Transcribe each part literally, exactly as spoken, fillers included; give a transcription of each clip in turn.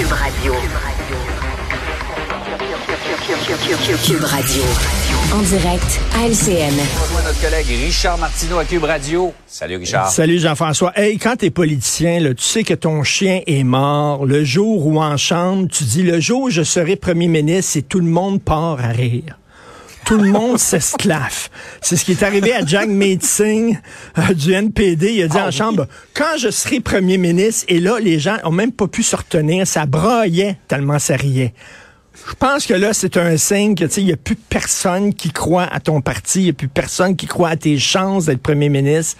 Cube Radio. Cube Radio. En direct à L C N. On rejoint notre collègue Richard Martineau à Cube Radio. Salut Richard. Salut Jean-François. Hey, quand t'es politicien, là, tu sais que ton chien est mort le jour où en chambre, tu dis le jour où je serai premier ministre et tout le monde part à rire. Tout le monde s'esclaffe. C'est ce qui est arrivé à Jagmeet Singh euh, du N P D. Il a dit oh, en oui. chambre, quand je serai premier ministre, et là, les gens ont même pas pu se retenir. Ça braillait tellement ça riait. Je pense que là, c'est un signe que, tu sais, il n'y a plus personne qui croit à ton parti, il n'y a plus personne qui croit à tes chances d'être premier ministre.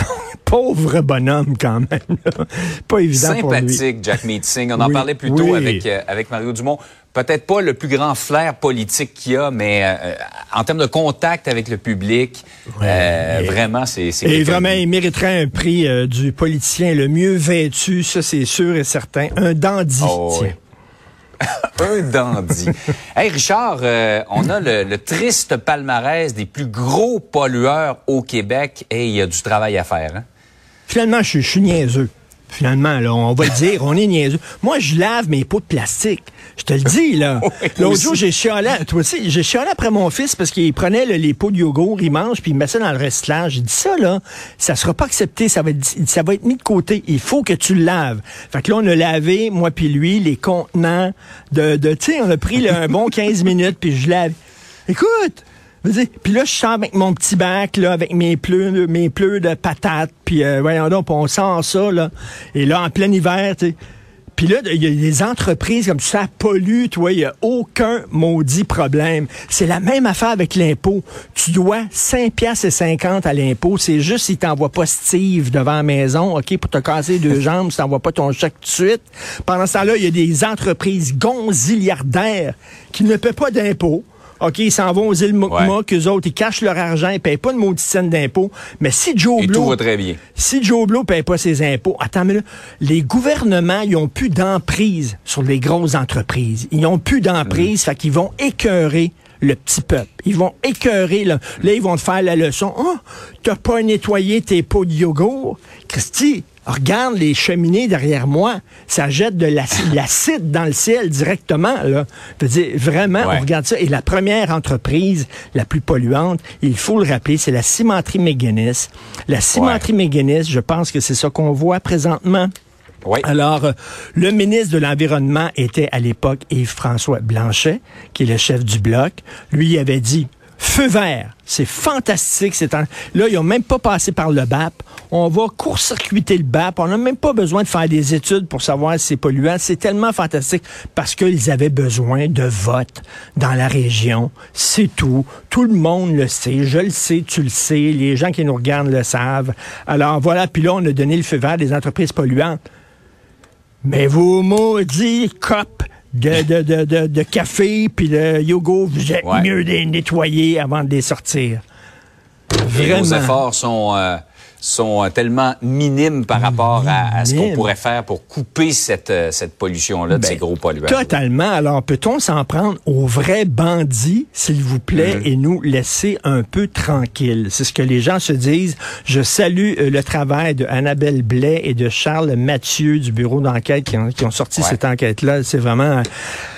Pauvre bonhomme, quand même. Là. Pas évident Sympathique, pour lui. Sympathique, Jagmeet Singh. On en oui, parlait plus tôt oui. avec, euh, avec Mario Dumont. Peut-être pas le plus grand flair politique qu'il y a, mais euh, en termes de contact avec le public, ouais, euh, et, vraiment, c'est... c'est et vraiment, il mériterait un prix euh, du politicien le mieux vêtu, ça c'est sûr et certain. Un dandy, oh, tiens. Oui. Un dandy. Hey Richard, euh, on a le, le triste palmarès des plus gros pollueurs au Québec et il y a du travail à faire. Hein? Finalement, je, je suis niaiseux. Finalement, là, on va le dire, on est niaiseux. Moi, je lave mes pots de plastique. Je te le dis, là. Oui, L'autre jour, j'ai chialé, toi aussi, j'ai chialé après mon fils parce qu'il prenait là, les pots de yogourt, il mange, puis il met ça dans le recyclage. J'ai dit, ça, là, ça sera pas accepté, ça va être, ça va être mis de côté. Il faut que tu le laves. Fait que là, on a lavé, moi puis lui, les contenants de, de tu sais, on a pris là, un bon quinze minutes, puis je lave. Écoute! Puis là, je sors avec mon petit bac, là, avec mes pleurs, mes pleurs de patates, puis euh, voyons donc, on sort ça, là. Et là, en plein hiver, tu sais. Puis là, il y a des entreprises comme ça polluent, toi, il n'y a aucun maudit problème. C'est la même affaire avec l'impôt. Tu dois cinq piastres et cinquante à l'impôt. C'est juste s'il t'envoie pas Steve devant la maison, OK, pour te casser deux jambes, si t'envoies pas ton chèque tout de suite. Pendant ce temps-là, il y a des entreprises gonziliardaires qui ne paient pas d'impôt. OK, ils s'en vont aux îles Mokma, ouais. qu'eux autres, ils cachent leur argent, ils payent pas de maudite scène d'impôts. Mais si Joe Blow... tout va très bien. Si Joe Blow paye pas ses impôts, attends, mais là, les gouvernements, ils ont plus d'emprise sur les grosses entreprises. Ils ont plus d'emprise, mmh. fait qu'ils vont écœurer le petit peuple. Ils vont écœurer, là, là ils vont te faire la leçon. Oh, t'as pas nettoyé tes pots de yogourt? Christy, regarde les cheminées derrière moi. Ça jette de l'acide dans le ciel directement, là. Je veux dire, vraiment, ouais. on regarde ça. Et la première entreprise la plus polluante, il faut le rappeler, c'est la cimenterie McGuinness. La cimenterie ouais. McGuinness, je pense que c'est ça qu'on voit présentement. Oui. Alors, euh, le ministre de l'Environnement était à l'époque Yves-François Blanchet, qui est le chef du Bloc. Lui, il avait dit feu vert, c'est fantastique. C'est en... Là, ils n'ont même pas passé par le B A P. On va court-circuiter le B A P. On n'a même pas besoin de faire des études pour savoir si c'est polluant. C'est tellement fantastique parce qu'ils avaient besoin de votes dans la région. C'est tout. Tout le monde le sait. Je le sais, tu le sais. Les gens qui nous regardent le savent. Alors, voilà. Puis là, on a donné le feu vert des entreprises polluantes. Mais vous maudits copes de, de, de, de, de café puis de yogourt, vous êtes ouais. mieux de les nettoyer avant de les sortir. Vraiment. Et nos efforts sont, euh, sont tellement minimes par rapport à, à ce qu'on pourrait faire pour couper cette, cette pollution-là de ben, ces gros polluants. Totalement. Alors, peut-on s'en prendre aux vrais bandits, s'il vous plaît, mmh. et nous laisser un peu tranquilles? C'est ce que les gens se disent. Je salue euh, le travail de Annabelle Blais et de Charles Mathieu du bureau d'enquête qui ont, qui ont sorti ouais. cette enquête-là. C'est vraiment euh,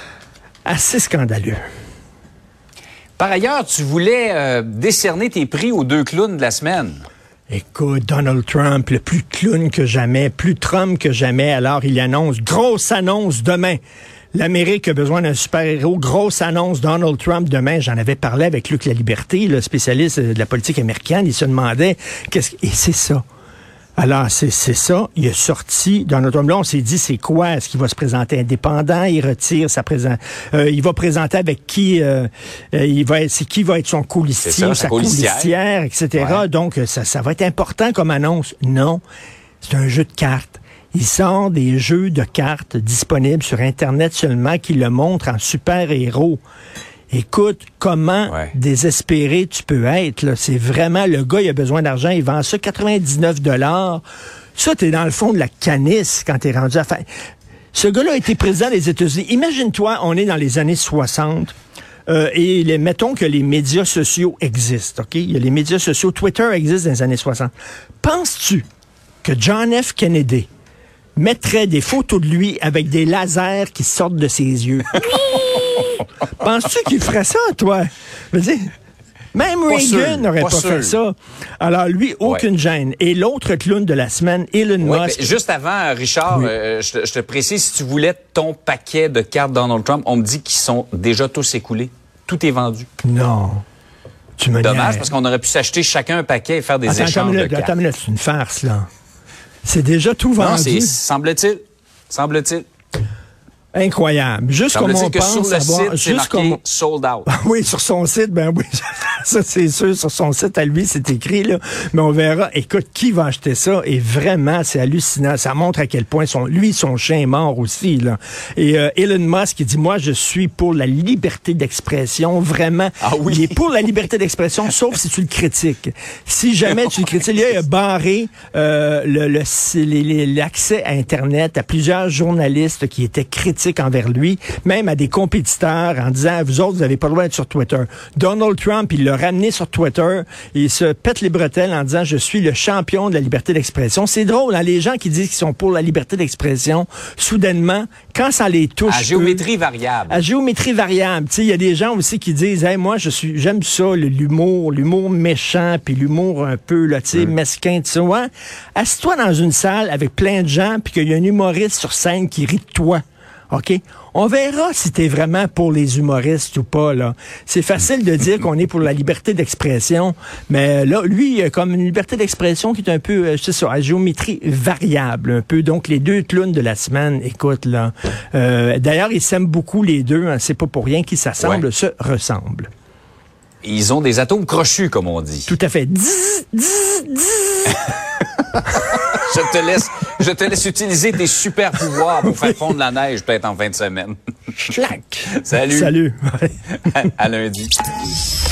assez scandaleux. Par ailleurs, tu voulais euh, décerner tes prix aux deux clowns de la semaine. Écoute, Donald Trump, le plus clown que jamais, plus Trump que jamais. Alors, il annonce, grosse annonce demain. L'Amérique a besoin d'un super-héros. Grosse annonce, Donald Trump demain. J'en avais parlé avec Luc Laliberté, le spécialiste de la politique américaine. Il se demandait, qu'est-ce que... Et c'est ça. Alors, c'est, c'est ça. Il est sorti dans notre homme. Là, on s'est dit, c'est quoi? Est-ce qu'il va se présenter indépendant? Il retire sa présence. Euh, il va présenter avec qui? Euh, euh, il va être, c'est qui va être son coulissier, ça, sa coulissière. coulissière, et cetera. Ouais. Donc, ça, ça va être important comme annonce. Non. C'est un jeu de cartes. Il sort des jeux de cartes disponibles sur Internet seulement qui le montrent en super-héros. Écoute, comment ouais. désespéré tu peux être, là. C'est vraiment, le gars, il a besoin d'argent, il vend ça quatre-vingt-dix-neuf dollars. Ça, t'es dans le fond de la canisse quand t'es rendu à faire... Ce gars-là a été président des États-Unis. Imagine-toi, on est dans les années soixante, euh, et les, mettons que les médias sociaux existent, OK? Il y a les médias sociaux, Twitter existe dans les années soixante. Penses-tu que John F. Kennedy mettrait des photos de lui avec des lasers qui sortent de ses yeux. Penses-tu qu'il ferait ça, toi? Je veux dire, même Pas Reagan sûr, n'aurait pas, pas fait sûr. ça. Alors, lui, aucune Ouais. gêne. Et l'autre clown de la semaine, Elon Ouais, Musk. ben, juste avant, Richard, Oui. euh, je, te- je te précise, si tu voulais ton paquet de cartes Donald Trump, on me dit qu'ils sont déjà tous écoulés. Tout est vendu. Non. Tu me Dommage, niaises. parce qu'on aurait pu s'acheter chacun un paquet et faire des Attends, attends, échanges une de minute, cartes. attends une minute, c'est une farce, là. C'est déjà tout Non, vendu. c'est, semble-t-il, semble-t-il. Incroyable. Juste comme on Semble-t-il que sur pense le avoir... site, c'est juste marqué comme... sold out. Oui, sur son site, ben oui, ça c'est sûr, sur son site à lui, c'est écrit, là. Mais on verra, écoute, qui va acheter ça? Et vraiment, c'est hallucinant. Ça montre à quel point son, lui, son chien est mort aussi, là. Et euh, Elon Musk, il dit, moi, je suis pour la liberté d'expression, vraiment. Ah oui? Il est pour la liberté d'expression, sauf si tu le critiques. Si jamais tu le critiques, là, il a barré euh, le, le, les- les- l'accès à Internet à plusieurs journalistes qui étaient critiques envers lui, même à des compétiteurs en disant, vous autres, vous n'avez pas le droit d'être sur Twitter. Donald Trump, il l'a ramené sur Twitter, il se pète les bretelles en disant, je suis le champion de la liberté d'expression. C'est drôle, hein, les gens qui disent qu'ils sont pour la liberté d'expression, soudainement, quand ça les touche... À eux, géométrie variable. à géométrie variable. Tu sais, il y a des gens aussi qui disent, hey, moi, je suis, j'aime ça, le- l'humour, l'humour méchant, puis l'humour un peu, là, tu sais, mesquin, tu sais, ouais. Assis-toi dans une salle avec plein de gens, puis qu'il y a un humoriste sur scène qui rit de toi. OK? On verra si t'es vraiment pour les humoristes ou pas, là. C'est facile de dire qu'on est pour la liberté d'expression, mais là, lui, il a comme une liberté d'expression qui est un peu, euh, je sais ça, à géométrie variable, un peu. Donc, les deux clowns de la semaine, écoute, là. Euh, d'ailleurs, ils s'aiment beaucoup, les deux, hein, c'est pas pour rien qu'ils s'assemblent, Ouais. se ressemblent. Ils ont des atomes crochus, comme on dit. Tout à fait. Dzz, dzz, dzz. Je te laisse, je te laisse utiliser tes super pouvoirs pour faire fondre la neige peut-être en fin de semaine. Schlack. Salut. Salut. À lundi.